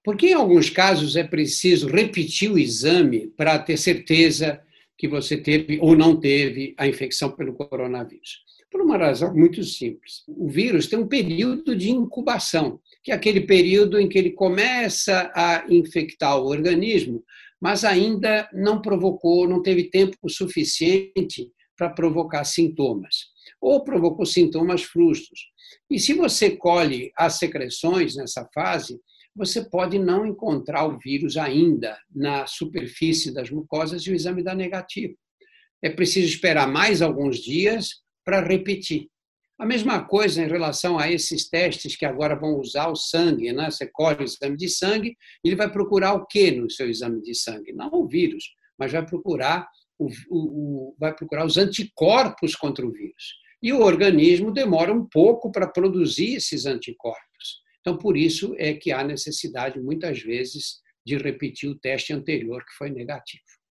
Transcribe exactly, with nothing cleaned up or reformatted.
Porque, em alguns casos, é preciso repetir o exame para ter certeza que você teve ou não teve a infecção pelo coronavírus? Por uma razão muito simples. O vírus tem um período de incubação, que é aquele período em que ele começa a infectar o organismo, mas ainda não provocou, não teve tempo suficiente para provocar sintomas, ou provocou sintomas frustros. E se você colhe as secreções nessa fase, você pode não encontrar o vírus ainda na superfície das mucosas e o exame dá negativo. É preciso esperar mais alguns dias para repetir. A mesma coisa em relação a esses testes que agora vão usar o sangue, né? Você colhe o exame de sangue, ele vai procurar o quê no seu exame de sangue? Não o vírus, mas vai procurar, o, o, o, vai procurar os anticorpos contra o vírus. E o organismo demora um pouco para produzir esses anticorpos. Então, por isso é que há necessidade, muitas vezes, de repetir o teste anterior que foi negativo.